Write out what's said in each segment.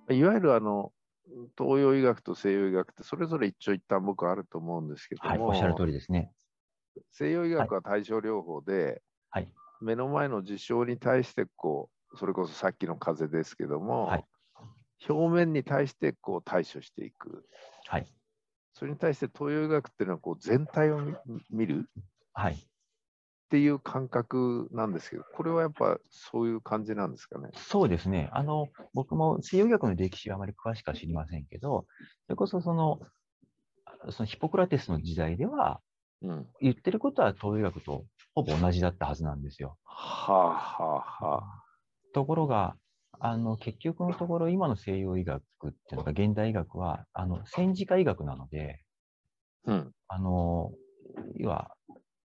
いわゆる東洋医学と西洋医学ってそれぞれ一長一短僕あると思うんですけどはい、おっしゃるも、 通りですね。 西洋医はい、 学は対症療法で、 はい、 目の前の事象に対してそれこそさっきの風邪ですけどはい、 も、表面に対して対処していく。 はい、 それに対して東洋医学っていうのは全体を見るはい。 っていう感覚なんですけど、これはやっぱそういう感じなんですかね。 そうですね。僕も西洋医学の歴史はあまり詳しくは知りませんけど、それこそそのヒポクラテスの時代では、 うん。 言ってることは東洋医学とほぼ同じだったはずなんですよ。 はあはあはあ。 ところが、結局のところ、今の西洋医学っていうのが、現代医学は、戦時下医学なので、 うん。 あの、要は、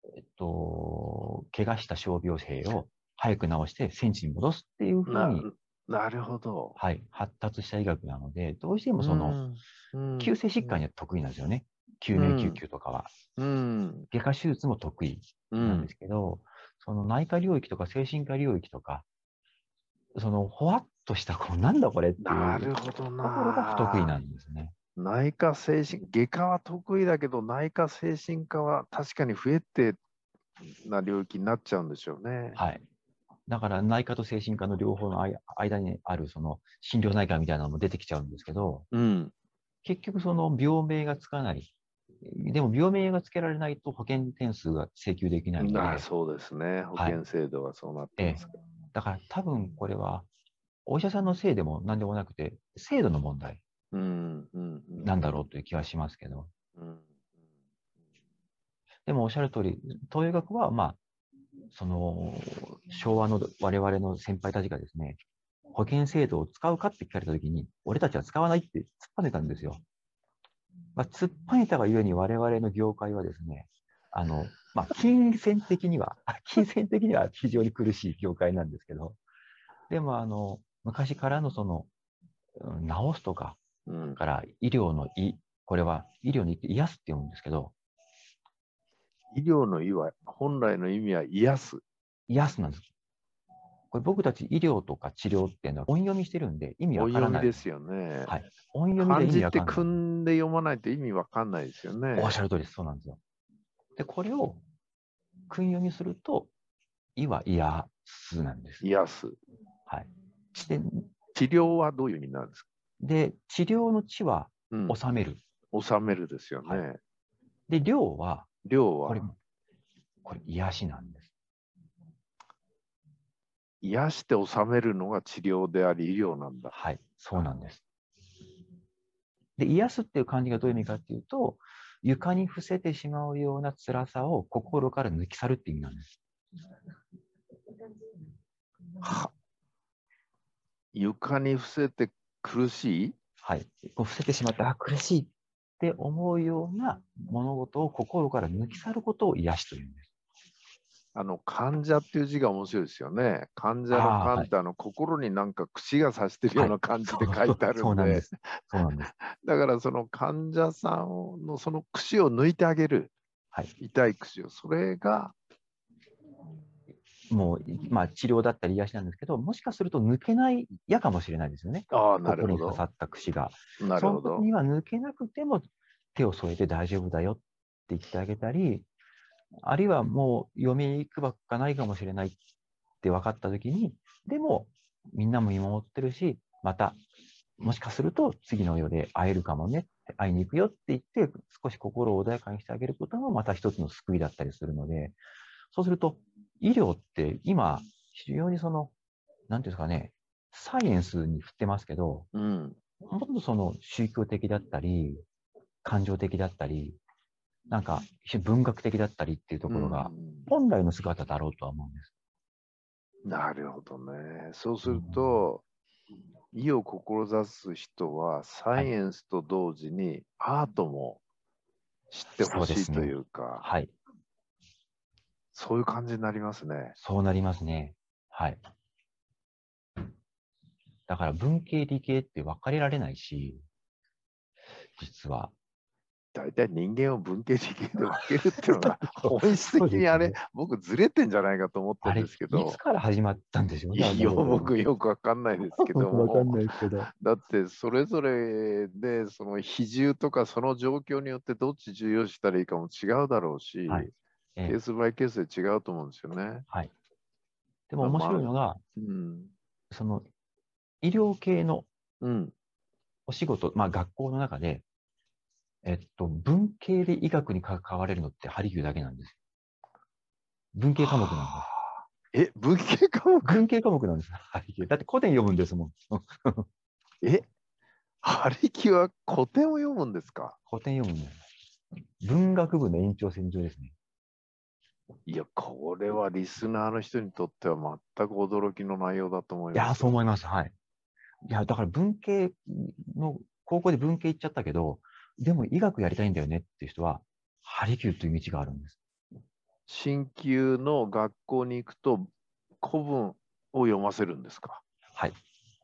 怪我した傷病兵を早く治して戦地に戻すっていうふうな、 に、 なるほど。 はい、発達した医学なので、どうしてもうその、 ん。うん。 急性疾患には得意なんですよね。救命救うん。 急とかは。 うん。 外科手術も得意なんでうん。 すけど、その内科領域とか精神科領域とか、そのほわっとした、なんだこれっていうなるほどところが不得意な。 なんですね。 内科精神、外科は得意だけど、内科精神科は確かに不得手な領域になっちゃうんでしょうね。 はい。だから内科と精神科の両方の間にあるその心療内科みたいなのも出てきちゃうんですけど、 うん。 結局その病名がつかない。でも病名がつけられないと保険点数が請求できないので、 そうですね。保はい。 険制度はそうなってええ。 ますから。 だから多分これはお医者さんのせいでも何でもなくて、制度の問題うん、うん、うん、 なんだろうという気はしますけど、 うん。 でもおっしゃる通り、東洋医学はその昭和の我々の先輩たちがですね、保険制度を使うかって聞かれたときに、俺たちは使わないって突っぱねたんですよ。突っぱねたがゆえに我々の業界はですね、金銭的には、金銭的には非常に苦しい業界なんですけど、でも昔からの治すとか、 うん。 から医療の医、これは医療の医って癒すって言うんですけど、 医療の医は、本来の意味は癒す。 癒すなんです。これ僕たち医療とか治療っていうのは音読みしてるんで意味わ音からない。 読みですよね。 はい。音読みじゃ意味漢字ってわかんない。 組んで読まないと意味わかんないですよね。 おっしゃる通りです。そうなんですよ。で、これを訓読みすると、医は癒すなんです。 癒す。 はい。で、 治療はどういう意味なんですか？ 治療の治はうん。 治める。 収めるですよはい。 ね。 で、療は、これ、 療はこれ癒しなんです。 癒して収めるのが治療であり医療なんだ。 はい。そうなんです。で、癒すっていう漢字がどういう意味かっていうと、床に伏せてしまうような辛さを心から抜き去るっていう意味なんです。 は、床に伏せて苦しい。 はい。伏せてしまって、苦しいって思うような物事を心から抜き去ることを癒しというんです。 患者っていう字が面白いですよね。患者のああ、はい。 患って心になんか串が刺してるよはい。 うな感じそうそう、 で書いてあるんで、 そうなんです。そうなんです。 だからその患者さんのその串を抜いてあげる。 はい。 痛い串を。それが、 もう、治療だったり癒しなんですけど、もしかすると抜けない矢かもしれないですよね。 ああ、なるほど。 心に刺さった串が。 なるそのほど。 時には抜けなくても手を添えて大丈夫だよって言ってあげたり、あるいはもう読み行くばっかないかもしれないって分かった時に、でもみんなも見守ってるし、また、もしかすると次の世で会えるかもね、会いに行くよって言って、少し心を穏やかにしてあげることもまた一つの救いだったりするので、そうすると、医療って今、非常になんていうんですかね、サイエンスに振ってますけど、 うん。 もっと宗教的だったり、感情的だったり、なんか文学的だったりっていうとうころが、 ん。 本来の姿だろうとは思うんです。 なるほどね。そうすうるん、 と、医を志す人はサはい。 イエンスと同時にアートも知ってほそうですね。 しいというか、 はい。 そういう感じになりますね。 そうなりますね。はい。だから文系理系って分かれられないし、実は。 大体人間を文系理系で分けるっていうのが本質そう的にあれ、 ですね。 僕ずれてんじゃないかと思ってあれ、 るんですけいつど、 から始まったんでしょうね、あんなこと。 僕よくわかんないですけどわかんも、 ないですけど。 だってそれぞれでその比重とかその状況によってどっち重要視したらいいかも違うだろうし、 はい。 ケースバイケースで違うと思うんですよね。 はい。でも面白いのが、 うん。 その医療系のうん。 お仕事、まあ学校の中で、文系で医学に関われるのってハリキューだけなんですよ。文系科目なんです。 文系科目文系科目なんです、ハリキュー。だって古典読むんですもん。 え、ハリキは古典を読むんですか？ 古典読むんです。文学部の延長線上ですね。 いや、これはリスナーの人にとっては全く驚きの内容だと思いいや、 ますよ。 そう思います。はい。いや、だから文系の、高校で文系行っちゃったけど、でも医学やりたいんだよねっていう人は、ハリキューという道があるんです。 進級の学校に行くと古文を読ませるんですか？ はい。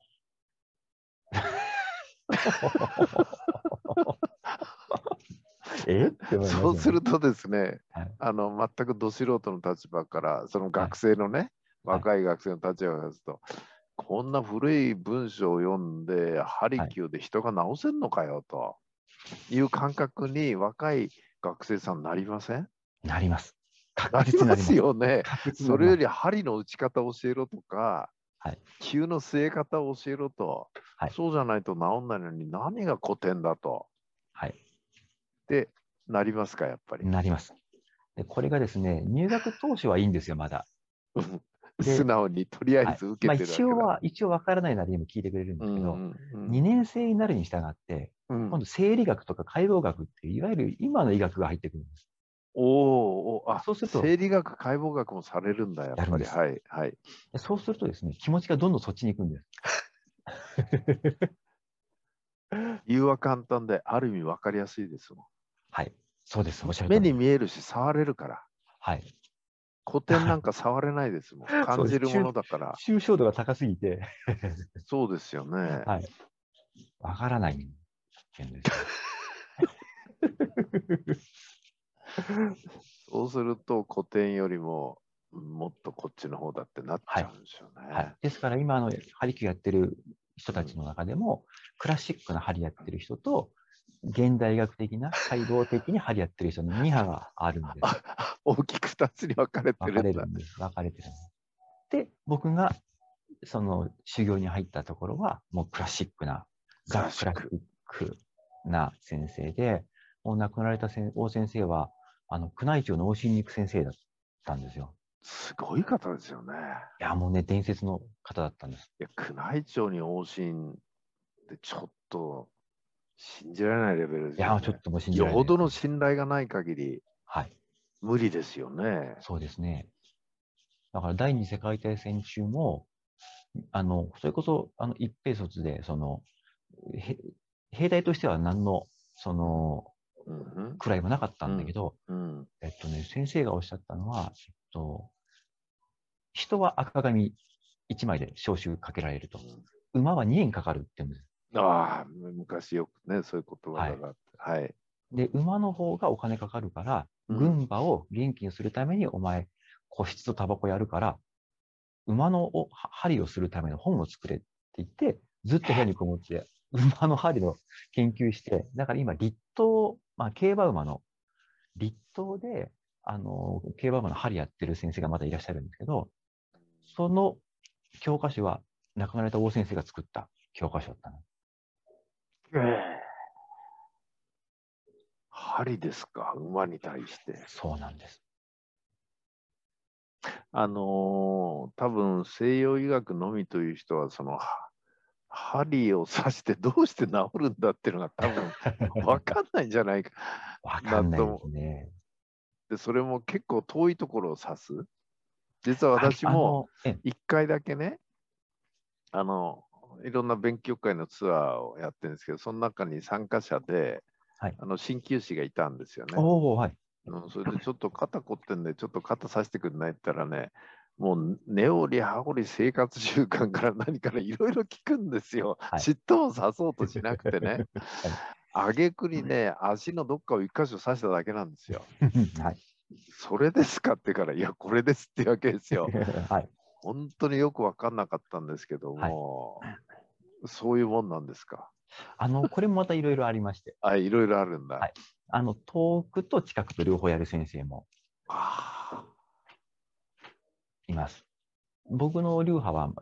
って思いますよね。 そうするとですね、 はい。 全くど素人の立場から、そのはい。 学生のね、 はい。 若い学生の立場からすると、こんな古い文章を読んで、ハリはい。 キューで人が治せんのかよという感覚に若い学生さんなりません？ なります。確なります実になります。 よね。 確実になそれよりります。 針の打ち方を教えろとか、 はい。 球の据え方を教えろと、 はい。 そうじゃないと治んないのに何が古典だと。 はい。 で、なりますか、やっぱり。 なります。で、これがですね、入学当初はいいんですよ、まだ。 素で、 直にとりあえはい。 ず受まあけてるわけだ。 一応わからないなりにも聞いてくれるんですけど、 うんうん 2年生になるに従って、 うんうん。 今度生理学とか解剖学っていう、いわゆる今の医学が入ってくるんです。そうすると、 生理学、解剖学もされるんだ、やっぱり。 やるんです。 はい、はい。 でそうするとですね、気持ちがどんどんそっちに行くんです。 理由は簡単で、ある意味わかりやすいですもはい。そうです。おっしゃるん。目に通りです。 見えるし、触れるから。 はい。 古典なんか触れないですもん。 そうです。 感じるものだから。 抽象度が高すぎて、 そうですよね。 はい。わからないんですよ。 そうすると古典よりももっとこっちの方だってなっはい。 ちゃうんですよはい。 ね。 ですから今ハリキューやってる人たちの中でも、クラシックなハリやってる人と、現代医学的な、解剖的にハリやってる人の2派があるんです。 大きく2つに分かれて分かるんだ。 れるんです。分かれてるんです。で、僕がその修行に入ったところは、もうクラシックな、 クザ・ラシック。 クラシックな先生で、もう亡くなられた大先生は、宮内庁の往診に行く先生だったんですよ。 すごい方ですよね。 いや、もうね、伝説の方だったんです。 いや、宮内庁に往診ってちょっと信じられないレベルですいや、 よね。 ちょっともう信じられないです。 よほどの信頼がない限りはい。 無理ですよね。 そうですね。だから第二次世界大戦中も、それこそ、一兵卒で、へ兵隊としては何の、 うん位もなかったうんんだけど、 うん先生がおっしゃったのは、人は赤紙1枚で召集かけられると。馬は2円かかるって言うんです。 ああ、昔よくね、そういう言葉はい。 があって。はい。 で、馬の方がお金かかるから、 うん軍馬を元気にするためにお前、個室とタバコやるから、馬の針をするための本を作れって言って、ずっと部屋にこもって、馬の針の研究して、だから今、立東、まあ、競馬馬の、立東で、競馬馬の針やってる先生がまだいらっしゃるんですけど、その教科書は亡くなられた大先生が作った教科書だったの。 針ですか、馬に対して。 そうなんです。 多分西洋医学のみという人は、針を刺してどうして治るんだっていうのが多分分かんないんじゃないかわかなとんないですね。 で、それも結構遠いところを刺す。実は私も1回だけね、いろんな勉強会のツアーをやってるんですけど、その中に参加者で、 はい。 鍼灸師がいたんですよね。 はい。 それでちょっと肩凝ってんで、ちょっと肩させてくれないって言ったらね、もう根折り葉折り生活習慣から何からいろいろ聞くんですよ。 はい。 ちっとも刺そうとしなくてね。 はい。 挙句にね、足のどっかを一箇所刺しただけなんですよ。 はい。 それですかって言うから、いや、これですってわけですよ。 はい。 本当によく分かんなかったんですけどはい。 も、そういうもんなんですか。 これもまたいろいろありまして、 あ、いろいろあるんだ。 はい。遠くと近くと両方やる先生もあいます。僕の流派は、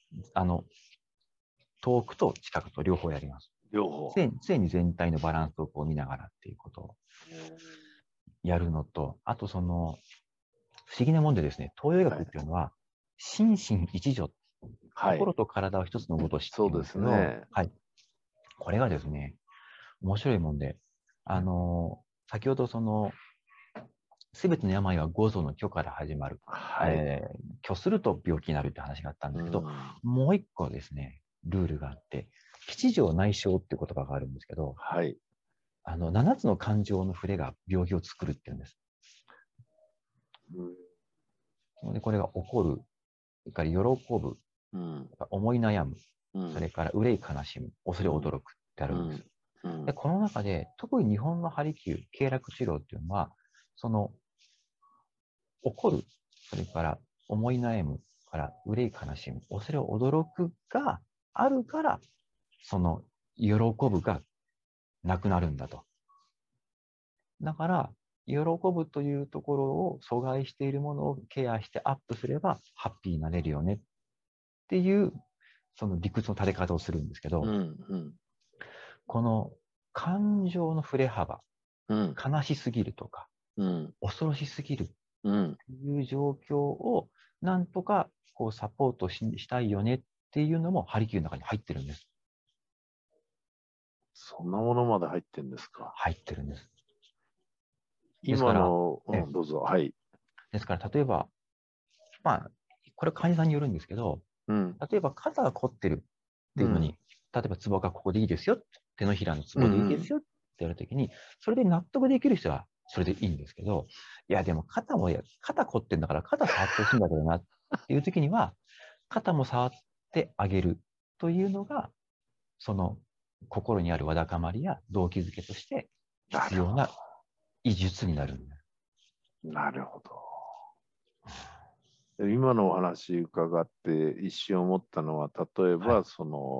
遠くと近くと両方やります。 ー、両方。 常に全体のバランスをこう見ながらっていうことをやるのと、あと不思議なもんでですね、東洋医学っていうのは、心身一如、 はい。 心と体を一つのごとしってそうでいうんですけど、 すね。 はい。これがですね、面白いもんで、先ほどすべての病は五臓の虚から始まる。 はい。 虚すると病気になるって話があったんですけど、もう一個ですね、ルールがあって、吉祥内傷っていう言葉があるんですけど、 はい。 7つの感情の触れが病気を作るっていうんです。でこれが怒る、それから喜ぶ、 うん。 思い悩む、 うん。 それから憂い悲しむ、恐れ驚くってあるんです。で、この中で、特に日本のハリキュー、経絡治療っていうのは、怒る、それから思い悩む、から憂い悲しむ、恐れ驚くがあるから、喜ぶがなくなるんだと。だから、喜ぶというところを阻害しているものをケアしてアップすれば、ハッピーになれるよねっていう、その理屈の立て方をするんですけど、この感情の振れ幅、悲しすぎるとか、恐ろしすぎるという状況をなんとかこうサポートしたいよねっていうのもハリキューの中に入ってるんです。 そんなものまで入ってるんですか。 入ってるんです。ですから、 今の、どうぞ。はい。 ですから例えば、まあ、これ患者さんによるんですけど、例えば肩が凝ってるっていうのに、例えばツボがここでいいですよ、手のひらのツボでいいですよって言われたときに、それで納得できる人はそれでいいんですけど、いやでも肩凝ってんだから肩触ってほしいんだけどなっていうときには、肩も触ってあげるというのが、その心にあるわだかまりや動機づけとして必要な医術になるんです。 なるほど。今のお話伺って一瞬思ったのは、例えば、 はい、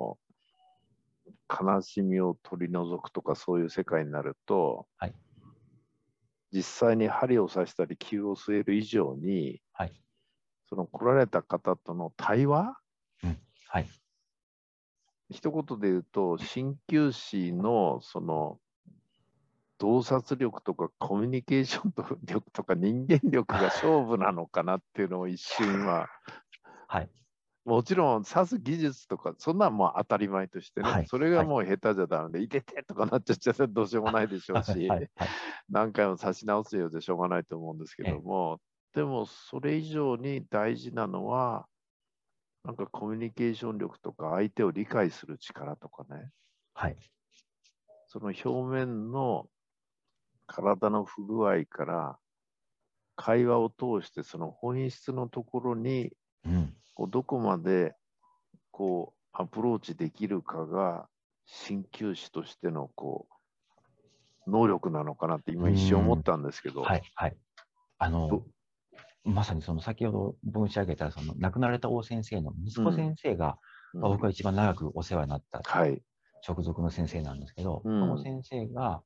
悲しみを取り除くとかそういう世界になると、 はい、 実際に針を刺したり灸を据える以上に、 はい、 その来られた方との対話、 はい、 一言で言うと、鍼灸師のその洞察力とかコミュニケーション力とか人間力が勝負なのかなっていうのを一瞬今、 はい、 もちろん刺す技術とか、そんなんもう当たり前としてね、 はい、 それがはい、 もう下手じゃダメで、いててとかなっちゃっちゃったらどうしようもないでしょうし、 はい、はい、 何回も刺し直すようでしょうがないと思うんですけども、でもそれ以上に大事なのは、なんかコミュニケーション力とか相手を理解する力とかね、 はい、 その表面の体の不具合から会話を通してその本質のところにこうどこまでこうアプローチできるかが鍼灸師としてのこう能力なのかなって今一瞬思ったんですけど、 はい、はい。まさに先ほど申し上げた亡くなられた王先生の息子先生が、僕が一番長くお世話になった直属の先生なんですけど、この先生が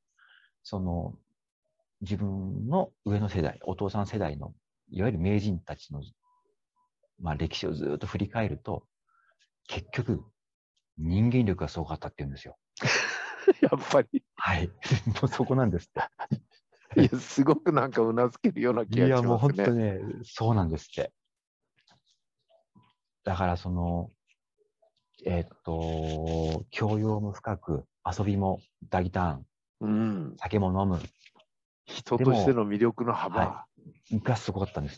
自分の上の世代、お父さん世代のいわゆる名人たちの、歴史をずっと振り返ると、結局人間力がすごかったって言うんですよ。 やっぱり。 はい。もうそこなんですって。 いや、すごくなんかうなずけるような気がしますね。 いや、もう本当ね、そうなんですって。だから教養も深く、遊びも大胆、酒も飲む。 人としての魅力の幅、 がすごかったんですって。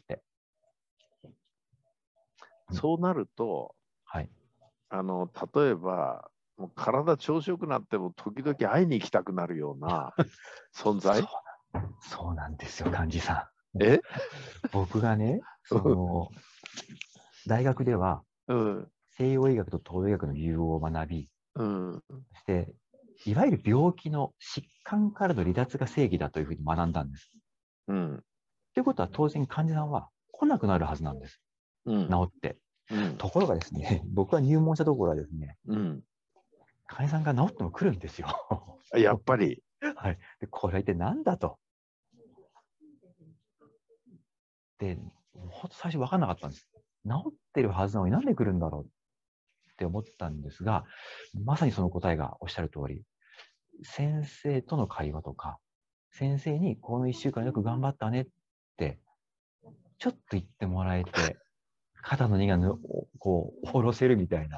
そうなると、 はい、 例えば、もう体調子よくなっても時々会いに行きたくなるような存在そうなんですよ、幹事さん。え僕がね、大学では、西洋医学と東洋医学の融合を学び、そしていわゆる病気の疾患からの離脱が正義だというふうに学んだんです。 うん。 ということは当然患者さんは来なくなるはずなんです。 うん。 治って。 うん。 ところがですね、僕は入門したところはですね、 うん。 患者さんが治っても来るんですよ。 やっぱり。 はい。で、これは一体何だと。で、本当最初分かんなかったんです。治ってるはずなのになんで来るんだろうって思ったんですが、まさにその答えがおっしゃる通り、先生との会話とか、先生にこの1週間よく頑張ったねって、ちょっと言ってもらえて、肩の荷がこう、下ろせるみたいな、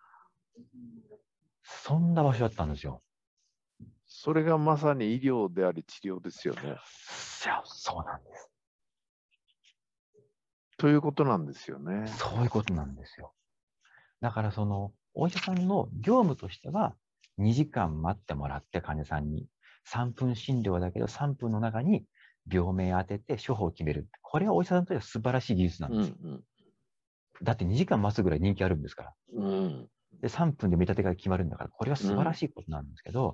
そんな場所だったんですよ。 それがまさに医療であり治療ですよね。 いや、そうなんです。 ということなんですよね。 そういうことなんですよ。だからお医者さんの業務としては、2時間待ってもらって患者さんに、3分診療だけど3分の中に病名当てて処方を決める。これはお医者さんとしては素晴らしい技術なんですよ。だって2時間待つぐらい人気あるんですから。で、3分で見立てが決まるんだから、これは素晴らしいことなんですけど、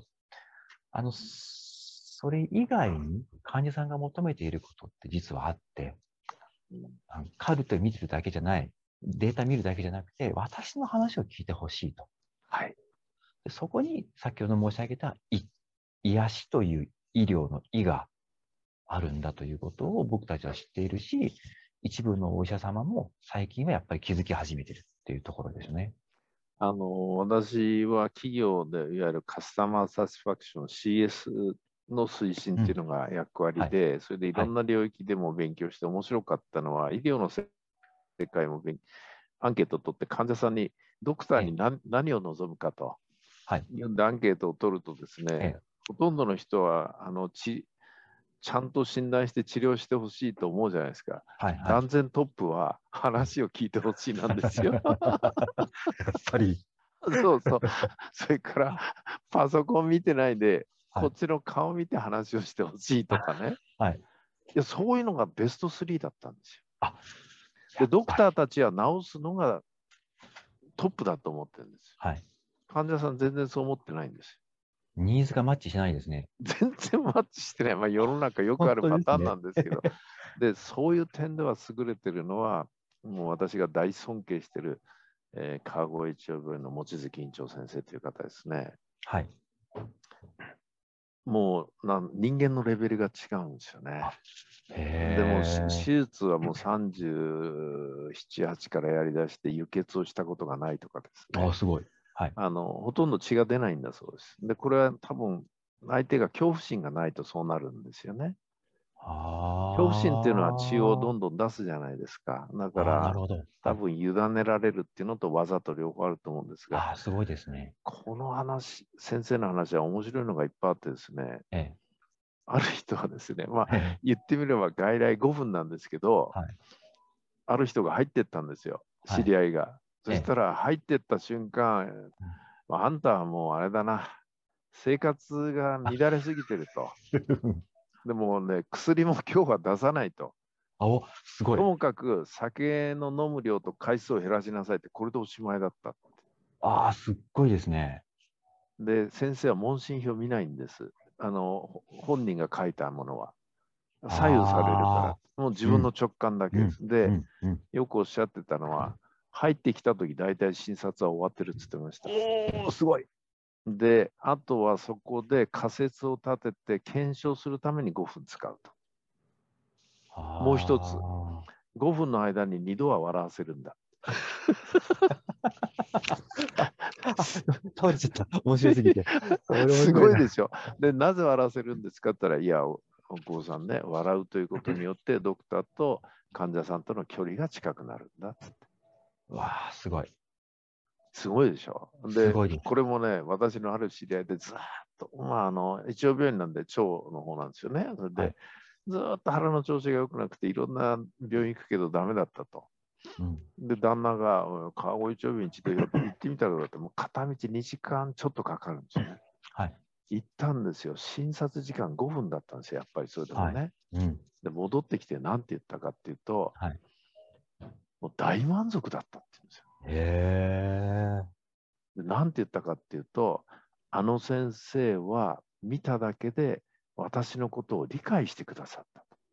それ以外に患者さんが求めていることって実はあって、カルテを見てるだけじゃない、データ見るだけじゃなくて、私の話を聞いてほしいと。 はい。 でそこに先ほど申し上げた癒しという医療の医があるんだということを僕たちは知っているし、一部のお医者様も最近はやっぱり気づき始めているっていうところですね。 私は企業でいわゆるカスタマーサティスファクション CS の推進っていうのが役割で、はい、それでいろんな領域でも勉強して面白かったのは、医療の世界もアンケートを取って患者さんにドクターに何を望むかと、はい、アンケートを取るとですね、ほとんどの人はちゃんと診断して治療してほしいと思うじゃないですか。はいはい、断然トップは話を聞いてほしいなんですよ。やっぱり。 そうそう。それからパソコン見てないで、こっちの顔見て話をしてほしいとかね。はい。いや、そういうのがベスト3だったんですよ。あ、で、ドクターたちは治すのがトップだと思ってるんですよ。はい。患者さん全然そう思ってないんですよ。 ニーズがマッチしないですね。 全然マッチしてない。まあ、世の中よくあるパターンなんですけど、で、そういう点では優れてるのは、もう私が大尊敬してる、川越一応病院の望月院長先生という方ですね。はい。もう人間のレベルが違うんですよね。でも手術はもう37、8からやりだして輸血をしたことがないとかですね。 あ、すごい。はい、 ほとんど血が出ないんだそうです。で、これは多分相手が恐怖心がないとそうなるんですよね。恐怖心っていうのは血をどんどん出すじゃないですか。だから、多分委ねられるっていうのとわざと両方あると思うんですが、 すごいですね。 この話、先生の話は面白いのがいっぱいあってですね、ある人はですね、まあ、言ってみれば外来5分なんですけど、ある人が入ってったんですよ、知り合いが。そしたら入ってった瞬間、あんたはもうあれだな、生活が乱れすぎてると。でもね、薬も今日は出さないと。 すごい。 ともかく酒の飲む量と回数を減らしなさいって、これでおしまいだった。 すっごいですね。 で、先生は問診票見ないんです。本人が書いたものは。左右されるから。もう自分の直感だけです。で、よくおっしゃってたのは、入ってきたとき大体診察は終わってるって言ってました。 すごい。 で、あとはそこで仮説を立てて検証するために5分使うと。もう一つ、5分の間に2度は笑わせるんだ。 倒れちゃった。面白すぎて。 すごいでしょ。で、なぜ笑わせるんですかって言ったら、いや、お父さんね、笑うということによって、ドクターと患者さんとの距離が近くなるんだっつって。 わあ、すごい。 すごいでしょ。で、これもね、私のある知り合いでずっと、まあ、一応病院なんで腸の方なんですよね。それで、ずっと腹の調子が良くなくて、いろんな病院行くけどダメだったと。で、旦那が、川越町病院一度行ってみたらだって、もう片道2時間ちょっとかかるんですよね。はい。行ったんですよ。診察時間5分だったんですよ、やっぱりそれでもね。で、戻ってきて何て言ったかっていうと、もう大満足だったって言うんですよ。で、何て言ったかっていうと、 あの先生は見ただけで私のことを理解してくださったと。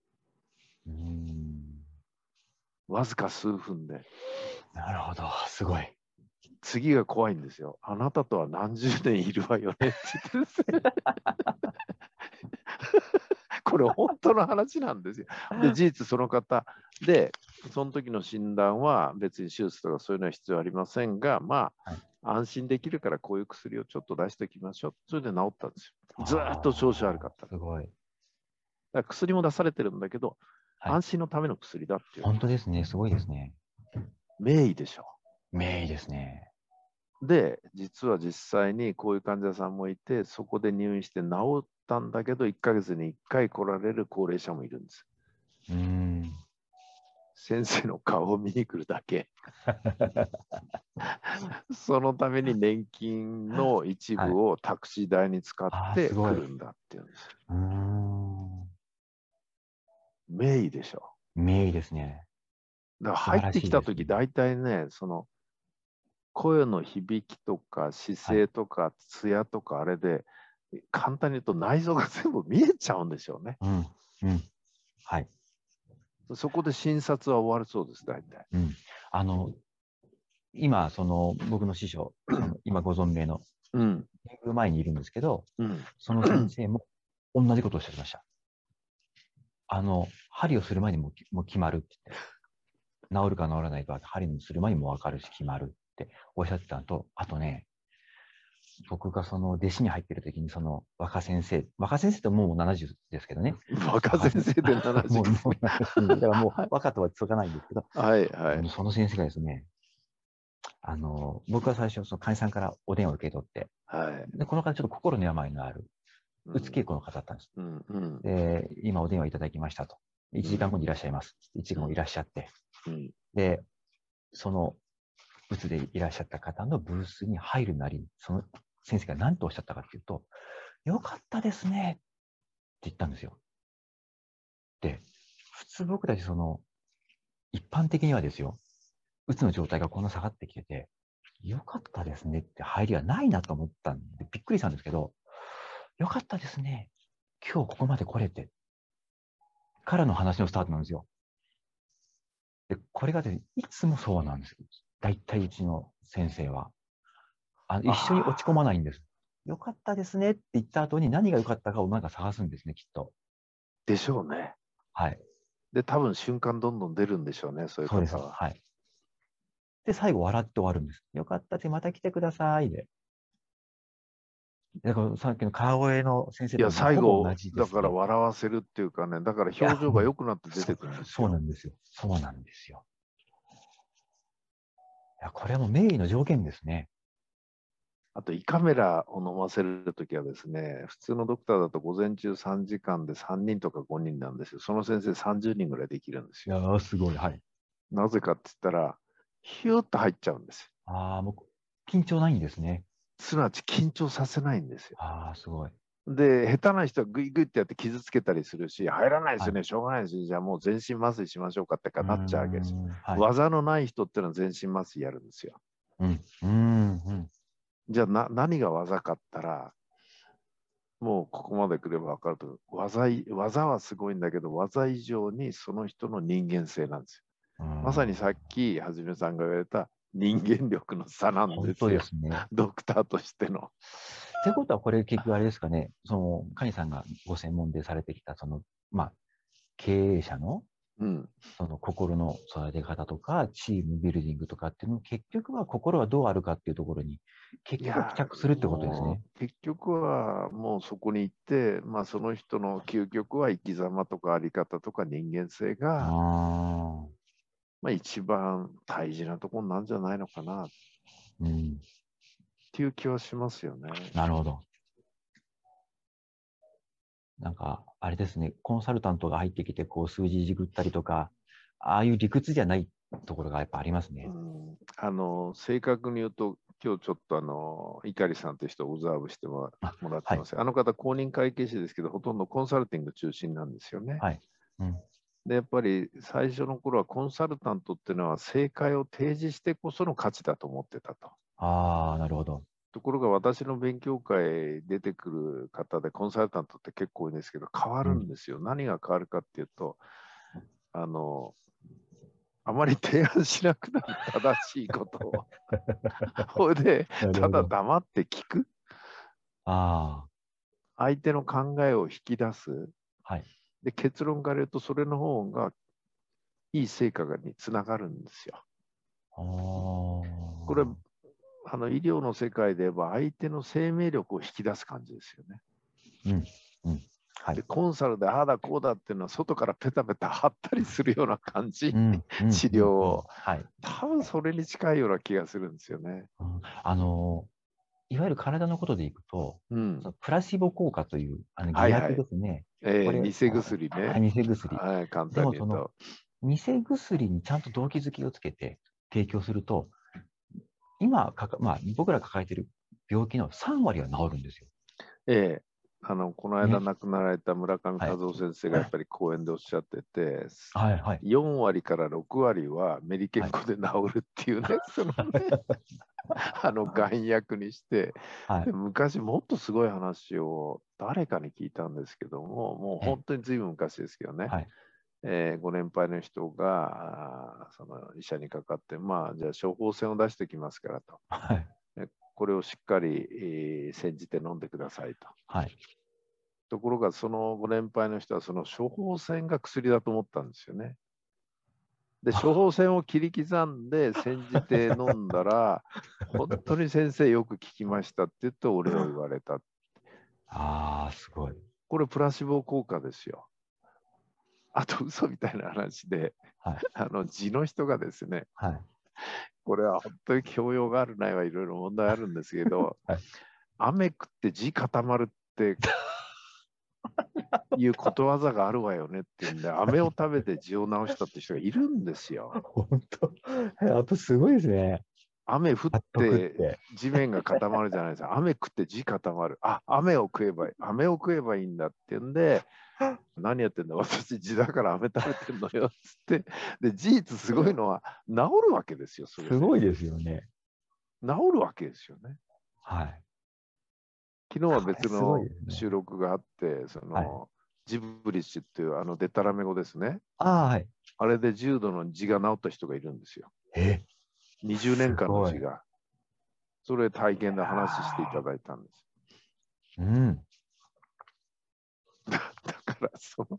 わずか数分で。 なるほど、すごい。 次が怖いんですよ。あなたとは何十年いるわよねって言ってですね。これ本当の話なんですよ。で、事実その方で、その時の診断は別に手術とかそういうのは必要ありませんが、まあ、 はい、 安心できるからこういう薬をちょっと出しておきましょう。それで治ったんですよ。ずーっと調子悪かった。 すごい。 だから薬も出されてるんだけど、 はい、 安心のための薬だっていう。 本当ですね、すごいですね。 名医でしょ。 名医ですね。 で、実は実際にこういう患者さんもいて、そこで入院して治ったんだけど、1ヶ月に1回来られる高齢者もいるんです。先生の顔を見に来るだけ。そのために年金の一はい、 部をタクシー代に使ってすごい。 来るんだっていうんですよ。名医でしょ。 名医ですね。 だから素晴ら入ってきたしいですね。 時大体ね、その声の響きとか姿はい、 勢とか艶とかあれで、簡単に言うと内臓が全部見えちゃうんでしょうね。 はい。 そこで診察は終わるそうです、大体。 あの、今、僕の師匠、今ご存命の、 うん。 天狗前にいるんですけど、 うん。 その先生も同じことをおっしゃいました。針をする前にもう決まるって言って、治るか治らないか、針にする前にも分かるし決まるっておっしゃってたのと、あとね、僕がその弟子に入ってる時に、その若先生ってもう70ですけどね。 若先生で70です、ね。 だからもう若とはつかないんですけど、 はいはい。 その先生がですね、僕は最初、その患者さんからお電話を受け取って、 はい。 で、この方ちょっと心の病のある、うつ傾向の方だったんです。 うんうん、 で、今お電話いただきましたと。1時間後にいらっしゃいます。1時間後いらっしゃって、で、その、うつでいらっしゃった方のブースに入るなり、その先生が何とおっしゃったかっていうと、よかったですねって言ったんですよ。で、普通僕たち一般的にはですよ、うつの状態がこんな下がってきてて、よかったですねって入りはないなと思ったんで、びっくりしたんですけど、よかったですね。今日ここまで来れて、からの話のスタートなんですよ。で、これがですね、いつもそうなんですよ。大体うちの先生は。一緒に落ち込まないんです。よかったですねって言った後に何が良かったかをなんか探すんですね、きっと。 でしょうね。 はい。 で、多分瞬間どんどん出るんでしょうね、そういうそうです。 方は。 はい。で、最後笑って終わるんです。よかったってまた来てくださいで。だからさっきの川越の先生いや、 とほぼ同最後、だからじですね。 笑わせるっていうかね、だからいや、 表情が良くなって出てくるんですそうなよ。 んですよ。そうなんですよ。いや、これはもう名医の条件ですね。 あと、胃カメラを飲ませるときはですね、普通のドクターだと午前中3時間で3人とか5人なんですよ。その先生30人ぐらいできるんですよ。 いやー、すごい。はい。 なぜかって言ったら、ヒューッと入っちゃうんですよ。 もう、緊張ないんですね。 すなわち緊張させないんですよ。 すごい。 で、下手な人はグイグイってやって傷つけたりするし、入らないですはい。 よね、しょうがないですよ。じゃあもう全身麻酔しましょうかってかなっちゃうわけですよ。 はい。 技のない人っていうのは全身麻酔やるんですよ。じゃあ何が技かったら、もうここまで来れば分かると、技はすごいんだけど、技以上にその人の人間性なんですよ。まさにさっきはじめさんが言われた人間力の差なん本ですよ。 当ですね。 ドクターとしての。 ってことは、これ結局あれですかね、カニさんがご専門でされてきた、まあ、経営者の、 うん。 心の育て方とか、チームビルディングとかっていうのも、結局は心はどうあるかっていうところに、結局は帰いや、 着するってことですね。 もう、結局はもうそこに行って、まあその人の究極は生き様とかあり方とか人間性あが、 あ、 まあ一番大事なところなんじゃないのかなっうん、 ていう気はしますよね。 なるほど。なんか、あれですね、コンサルタントが入ってきて、数字いじくったりとか、ああいう理屈じゃないところがやっぱありますね。 正確に言うと、今日ちょっと碇さんという人をオブザーブしてもらってはい、 ます。あの方、公認会計士ですけど、ほとんどコンサルティング中心なんですよね。 はい。うん、 で、やっぱり最初の頃はコンサルタントっていうのは正解を提示してこその価値だと思ってたと。 なるほど。 ところが私の勉強会出てくる方でコンサルタントって結構多いんですけど、変わるんですよ。何が変わるかっていうと、あまり提案しなくなる、正しいことを。それで、ただ黙って聞く。相手の考えを引き出す。 はい。 で、結論から言うと、それの方がいい成果につながるんですよ。これ、医療の世界で言えば、相手の生命力を引き出す感じですよね。でコンサルでああだこうだっていうのは外からペタペタ貼ったりするような感じ、治療を、多分それに近いような気がするんですよね。 いわゆる体のことでいくと、プラシボ効果という偽薬ですね。 偽薬ね。 偽薬。 簡単に言うと。 偽薬にちゃんと動機づけをつけて提供すると、今僕ら抱えている病気の3割は治るんですよ。 この間亡くなられた村上和夫先生がやっぱり講演でおっしゃってて、4割から6割はメリケンコで治るっていうね、そのね、丸薬にして、昔もっとすごい話を誰かに聞いたんですけども、もう本当に随分昔ですけどね、ご年配の人がその医者にかかって、じゃあ処方箋を出してきますからと。これをしっかり、煎じて飲んでくださいと。ところが、そのご年配の人はその処方箋が薬だと思ったんですよね。で、処方箋を切り刻んで煎じて飲んだら、本当に先生よく聞きましたって言ってお礼を言われた。 すごい。 これプラシボ効果ですよ。あと嘘みたいな話で、痔の人がですね、これは本当に教養があるないはいろいろ問題あるんですけど、雨食って痔固まるっていうことわざがあるわよねっていうんで、飴を食べて痔を治したって人がいるんですよ。 本当、やっぱすごいですね。 雨降って地面が固まるじゃないですか。雨食って地固まる。雨を食えばいいんだっていうんで、何やってんだ、私地だから飴食べてんのよっつって。で、事実すごいのは治るわけですよ、それで。 すごいですよね。 治るわけですよね。昨日は別の収録があって、ジブリッシュっていうデタラメ語ですね。あれで重度の痔が治った人がいるんですよ。20年間の痔が。それ体験で話していただいたんです。だから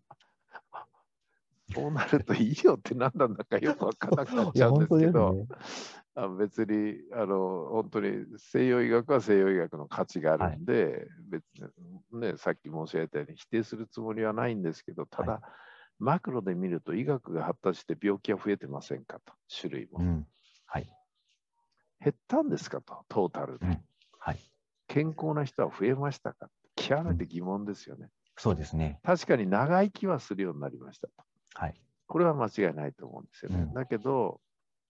そうなると医療って何なんだかよく分からなくなっちゃうんですけど、別に本当に西洋医学は西洋医学の価値があるんで、別にね、さっき申し上げたように否定するつもりはないんですけど、ただ、マクロで見ると医学が発達して病気は増えてませんかと、種類も。減ったんですかと、トータルで。健康な人は増えましたか、極めて疑問ですよね。 そうですね。 確かに長生きはするようになりましたと。これは間違いないと思うんですよね。だけど、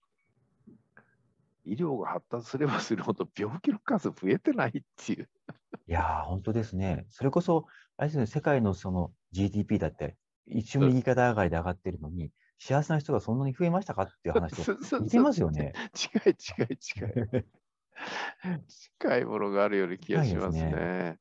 医療が発達すればするほど病気の数増えてないっていう。 いやー、本当ですね。それこそ、あれですね、世界のその GDP だって、一応右肩上がりで上がってるのに、幸せな人がそんなに増えましたかっていう話と似てますよね。 近い。近いものがあるような気がしますね。